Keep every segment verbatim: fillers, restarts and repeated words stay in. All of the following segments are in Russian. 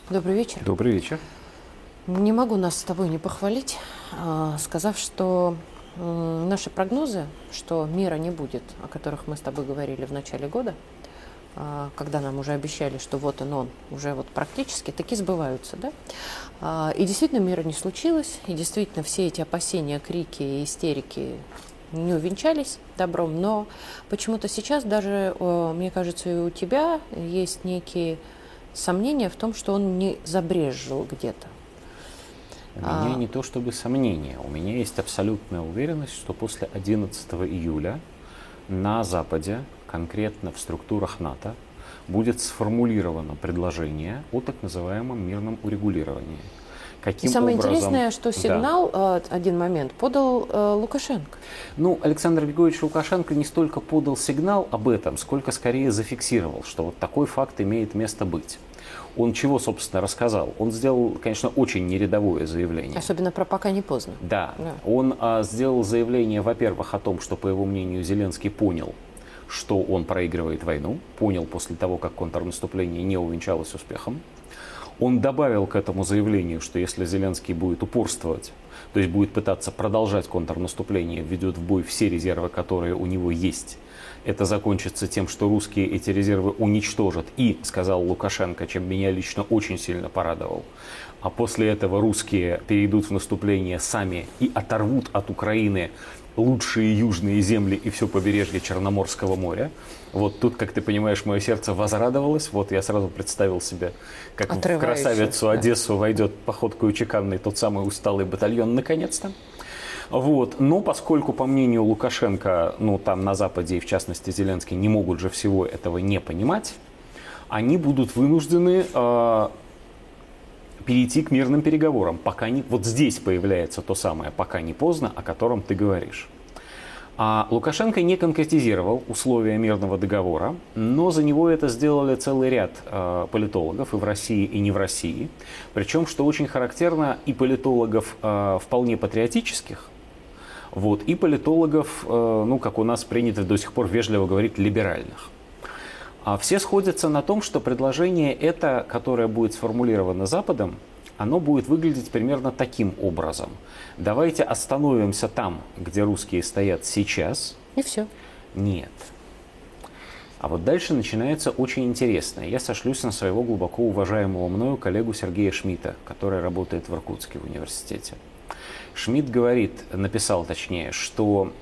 Добрый вечер. Добрый вечер. Не могу нас с тобой не похвалить, сказав, что наши прогнозы, что мира не будет, о которых мы с тобой говорили в начале года, когда нам уже обещали, что вот он, он уже вот практически, таки сбываются, да? И действительно мира не случилось, и действительно все эти опасения, крики и истерики не увенчались добром, но почему-то сейчас даже, мне кажется, и у тебя есть некие сомнения в том, что он не забрезжил где-то. У меня не то чтобы сомнения, у меня есть абсолютная уверенность, что после одиннадцатого июля на Западе, конкретно в структурах НАТО, будет сформулировано предложение о так называемом мирном урегулировании. Каким И самое образом... интересное, что сигнал, да. один момент, подал э, Лукашенко. Ну, Александр Григорьевич Лукашенко не столько подал сигнал об этом, сколько скорее зафиксировал, что вот такой факт имеет место быть. Он чего, собственно, рассказал? Он сделал, конечно, очень нерядовое заявление. Особенно про «пока не поздно». Да. да. Он а, сделал заявление, во-первых, о том, что, по его мнению, Зеленский понял, что он проигрывает войну, понял после того, как контрнаступление не увенчалось успехом. Он добавил к этому заявлению, что если Зеленский будет упорствовать, то есть будет пытаться продолжать контрнаступление, введет в бой все резервы, которые у него есть, это закончится тем, что русские эти резервы уничтожат. И, сказал Лукашенко, чем меня лично очень сильно порадовал, а после этого русские перейдут в наступление сами и оторвут от Украины лучшие южные земли и все побережье Черноморского моря. Вот тут, как ты понимаешь, мое сердце возрадовалось. Вот я сразу представил себе, как в красавицу Одессу войдет походкой чеканной тот самый усталый батальон наконец-то. Вот. Но поскольку, по мнению Лукашенко, ну там на Западе и в частности Зеленский не могут же всего этого не понимать, они будут вынуждены э, перейти к мирным переговорам. Пока не... Вот здесь появляется то самое «пока не поздно», о котором ты говоришь. А Лукашенко не конкретизировал условия мирного договора, но за него это сделали целый ряд э, политологов и в России, и не в России. Причем, что очень характерно, и политологов э, вполне патриотических, вот, и политологов, э, ну, как у нас принято до сих пор вежливо говорить, либеральных. А все сходятся на том, что предложение это, которое будет сформулировано Западом, оно будет выглядеть примерно таким образом. Давайте остановимся там, где русские стоят сейчас. И все. Нет. А вот дальше начинается очень интересное. Я сошлюсь на своего глубоко уважаемого мною коллегу Сергея Шмидта, который работает в Иркутске в университете. Шмидт говорит, написал точнее, что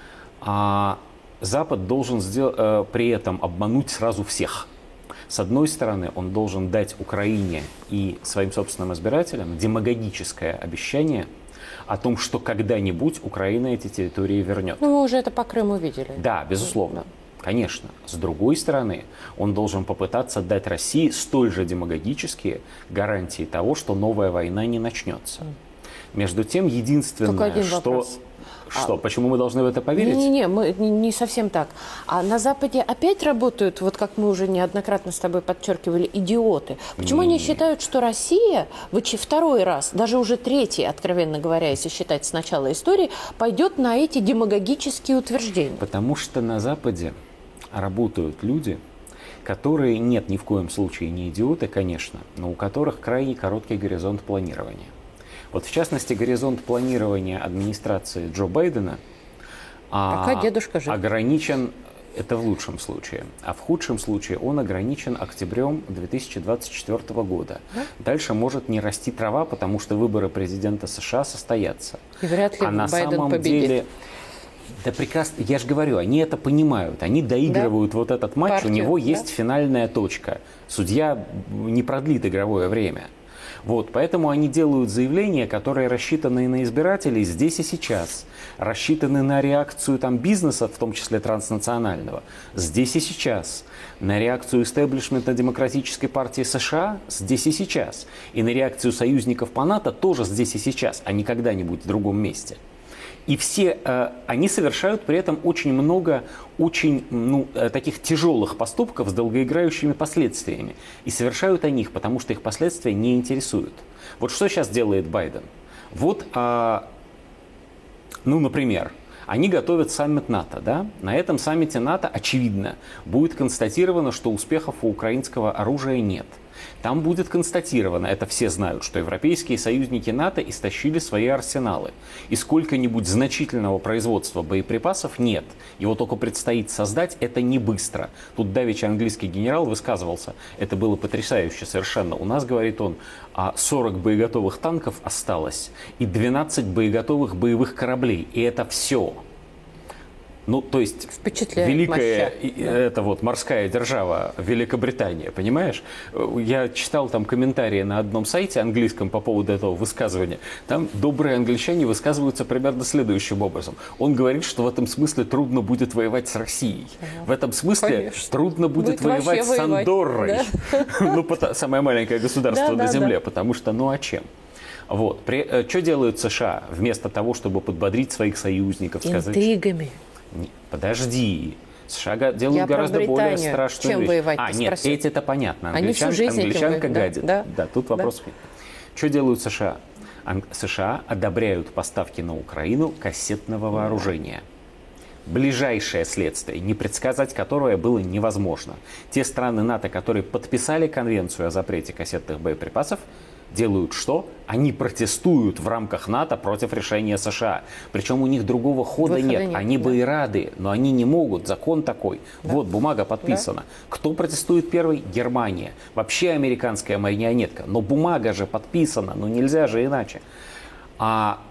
а, Запад должен сдел- а, при этом обмануть сразу всех. С одной стороны, он должен дать Украине и своим собственным избирателям демагогическое обещание о том, что когда-нибудь Украина эти территории вернет. Ну, мы уже это по Крыму видели. Да, безусловно. Конечно. С другой стороны, он должен попытаться дать России столь же демагогические гарантии того, что новая война не начнется. Между тем, единственное, что... Вопрос. Что, а, почему мы должны в это поверить? Не-не-не, мы, не, не совсем так. А на Западе опять работают, вот как мы уже неоднократно с тобой подчеркивали, идиоты. Почему не, они считают, что Россия второй раз, даже уже третий, откровенно говоря, если считать с начала истории, пойдет на эти демагогические утверждения? Потому что на Западе работают люди, которые, нет, ни в коем случае не идиоты, конечно, но у которых крайне короткий горизонт планирования. Вот в частности, горизонт планирования администрации Джо Байдена Пока а, дедушка жив. ограничен, это в лучшем случае, а в худшем случае он ограничен октябрем две тысячи двадцать четвёртого года. Да? Дальше может не расти трава, потому что выборы президента США состоятся. И вряд ли а на Байден самом победит. деле, да прекрасно, я же говорю, они это понимают, они доигрывают да? вот этот матч, Партию, у него да? есть финальная точка. Судья не продлит игровое время. Вот, поэтому они делают заявления, которые рассчитаны на избирателей здесь и сейчас, рассчитаны на реакцию там, бизнеса, в том числе транснационального, здесь и сейчас, на реакцию истеблишмента Демократической партии США здесь и сейчас, и на реакцию союзников по НАТО тоже здесь и сейчас, а не когда-нибудь в другом месте. И все э, они совершают при этом очень много очень ну, таких тяжелых поступков с долгоиграющими последствиями. И совершают они их, потому что их последствия не интересуют. Вот что сейчас делает Байден? Вот, э, ну, например, они готовят саммит НАТО. Да? На этом саммите НАТО, очевидно, будет констатировано, что успехов у украинского оружия нет. Там будет констатировано, это все знают, что европейские союзники НАТО истощили свои арсеналы. И сколько-нибудь значительного производства боеприпасов нет. Его только предстоит создать, это не быстро. Тут давеча английский генерал высказывался, это было потрясающе совершенно. У нас, говорит он, сорок боеготовых танков осталось и двенадцать боеготовых боевых кораблей. И это все. Ну, то есть, великая да. это вот морская держава Великобритания, понимаешь? Я читал там комментарии на одном сайте английском по поводу этого высказывания. Там добрые англичане высказываются примерно следующим образом. Он говорит, что в этом смысле трудно будет воевать с Россией. Ага. В этом смысле Конечно. трудно будет, будет воевать с Андоррой. Да? Ну, самое маленькое государство на земле, потому что, ну а чем? Вот. При, что делают США вместо того, чтобы подбодрить своих союзников? Интригами. Сказать, подожди. США делают Я гораздо более страшную Чем вещь. Воевать, а, нет, спросил. эти это понятно. Англичан, Они всю жизнь англичанка этим гадит. Да, да, тут да. вопрос. Да. Что делают США? США одобряют поставки на Украину кассетного вооружения. Ближайшее следствие, не предсказать которое было невозможно. Те страны НАТО, которые подписали конвенцию о запрете кассетных боеприпасов, делают что? Они протестуют в рамках НАТО против решения США. Причем у них другого хода Выхода нет. нет. Они да. бы и рады, но они не могут. Закон такой. Да. Вот, бумага подписана. Да. Кто протестует первый? Германия. Вообще американская марионетка. Но бумага же подписана, ну нельзя же иначе. А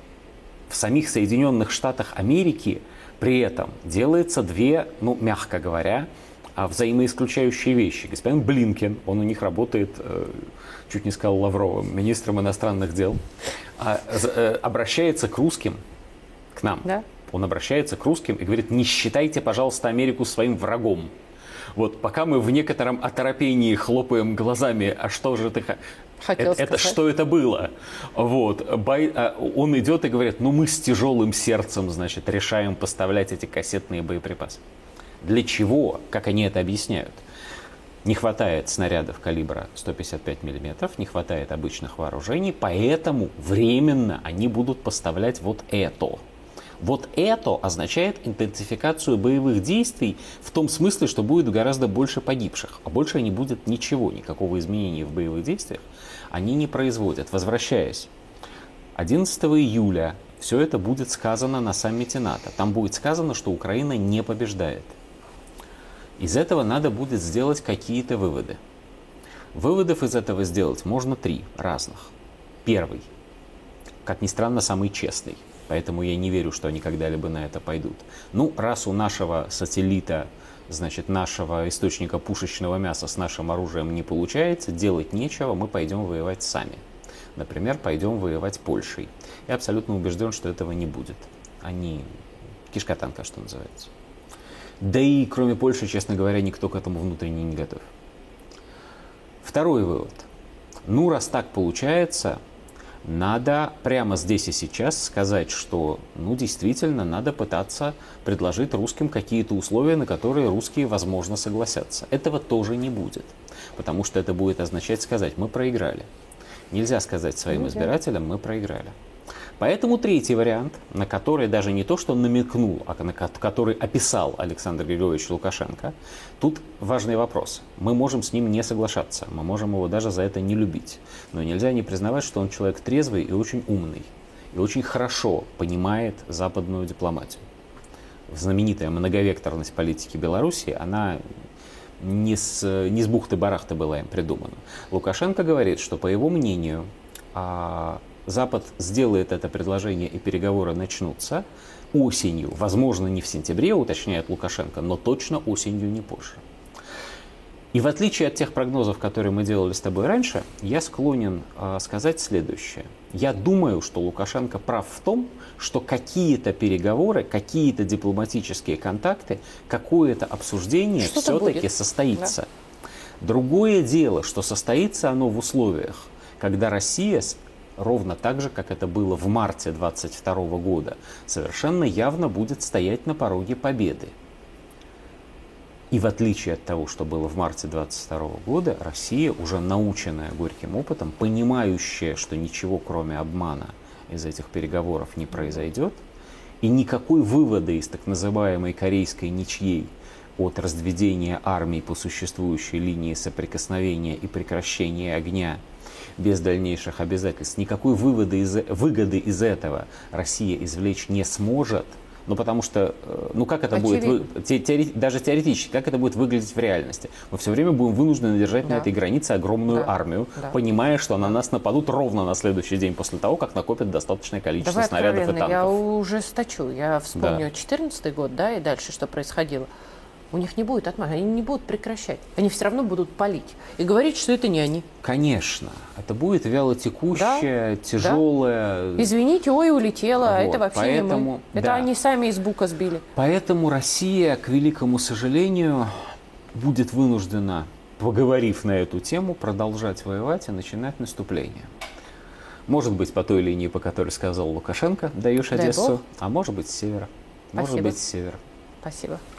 в самих Соединенных Штатах Америки при этом делается две, ну мягко говоря, взаимоисключающие вещи. Господин Блинкен, он у них работает, чуть не сказал Лавровым, министром иностранных дел, обращается к русским, к нам. Да? Он обращается к русским и говорит, не считайте, пожалуйста, Америку своим врагом. Вот пока мы в некотором оторопении хлопаем глазами, а что же ты... Хотел это, это, что это было? Вот. Бай, он идет и говорит, ну мы с тяжелым сердцем, значит, решаем поставлять эти кассетные боеприпасы. Для чего? Как они это объясняют? Не хватает снарядов калибра сто пятьдесят пять миллиметров, не хватает обычных вооружений, поэтому временно они будут поставлять вот это. Вот это означает интенсификацию боевых действий в том смысле, что будет гораздо больше погибших. А больше не будет ничего, никакого изменения в боевых действиях они не производят. Возвращаясь, одиннадцатого июля все это будет сказано на саммите НАТО. Там будет сказано, что Украина не побеждает. Из этого надо будет сделать какие-то выводы. Выводов из этого сделать можно три разных. Первый, как ни странно, самый честный. Поэтому я не верю, что они когда-либо на это пойдут. Ну, раз у нашего сателлита, значит, нашего источника пушечного мяса с нашим оружием не получается, делать нечего, мы пойдем воевать сами. Например, пойдем воевать Польшей. Я абсолютно убежден, что этого не будет. Они кишка танка, что называется. Да и кроме Польши, честно говоря, никто к этому внутренне не готов. Второй вывод. Ну, раз так получается, надо прямо здесь и сейчас сказать, что, ну, действительно, надо пытаться предложить русским какие-то условия, на которые русские, возможно, согласятся. Этого тоже не будет, потому что это будет означать сказать, мы проиграли. Нельзя сказать своим избирателям, мы проиграли. Поэтому третий вариант, на который даже не то, что намекнул, а на который описал Александр Григорьевич Лукашенко, тут важный вопрос. Мы можем с ним не соглашаться, мы можем его даже за это не любить. Но нельзя не признавать, что он человек трезвый и очень умный, и очень хорошо понимает западную дипломатию. Знаменитая многовекторность политики Беларуси, она не с, не с бухты-барахты была им придумана. Лукашенко говорит, что, по его мнению, Запад сделает это предложение и переговоры начнутся осенью, возможно, не в сентябре, уточняет Лукашенко, но точно осенью, не позже. И в отличие от тех прогнозов, которые мы делали с тобой раньше, я склонен э, сказать следующее. Я думаю, что Лукашенко прав в том, что какие-то переговоры, какие-то дипломатические контакты, какое-то обсуждение Что-то все-таки будет. состоится. Да. Другое дело, что состоится оно в условиях, когда Россия, ровно так же, как это было в марте двадцать второго года, совершенно явно будет стоять на пороге победы. И в отличие от того, что было в марте двадцать второго года, Россия, уже наученная горьким опытом, понимающая, что ничего кроме обмана из этих переговоров не произойдет, и никакой вывода из так называемой корейской ничьей от разведения армий по существующей линии соприкосновения и прекращения огня без дальнейших обязательств, никакой выводы из, выгоды из этого Россия извлечь не сможет. Ну, потому что, ну, как это Очевидно. будет, те, теори, даже теоретически, как это будет выглядеть в реальности? Мы все время будем вынуждены держать да. на этой границе огромную да. армию, да. понимая, что на нас нападут ровно на следующий день после того, как накопят достаточное количество Давай снарядов и танков. Я уже стачу. Я вспомню четырнадцатый год, да, и дальше что происходило. У них не будет отмашки, они не будут прекращать. Они все равно будут палить и говорить, что это не они. Конечно. Это будет вялотекущее, да? тяжелое. Да. Извините, ой, улетело, вот. это вообще Поэтому, не мы. Это да. они сами из бука сбили. Поэтому Россия, к великому сожалению, будет вынуждена, поговорив на эту тему, продолжать воевать и начинать наступление. Может быть, по той линии, по которой сказал Лукашенко, даешь Одессу, а может быть, с севера. Может Спасибо. быть, с севера. Спасибо.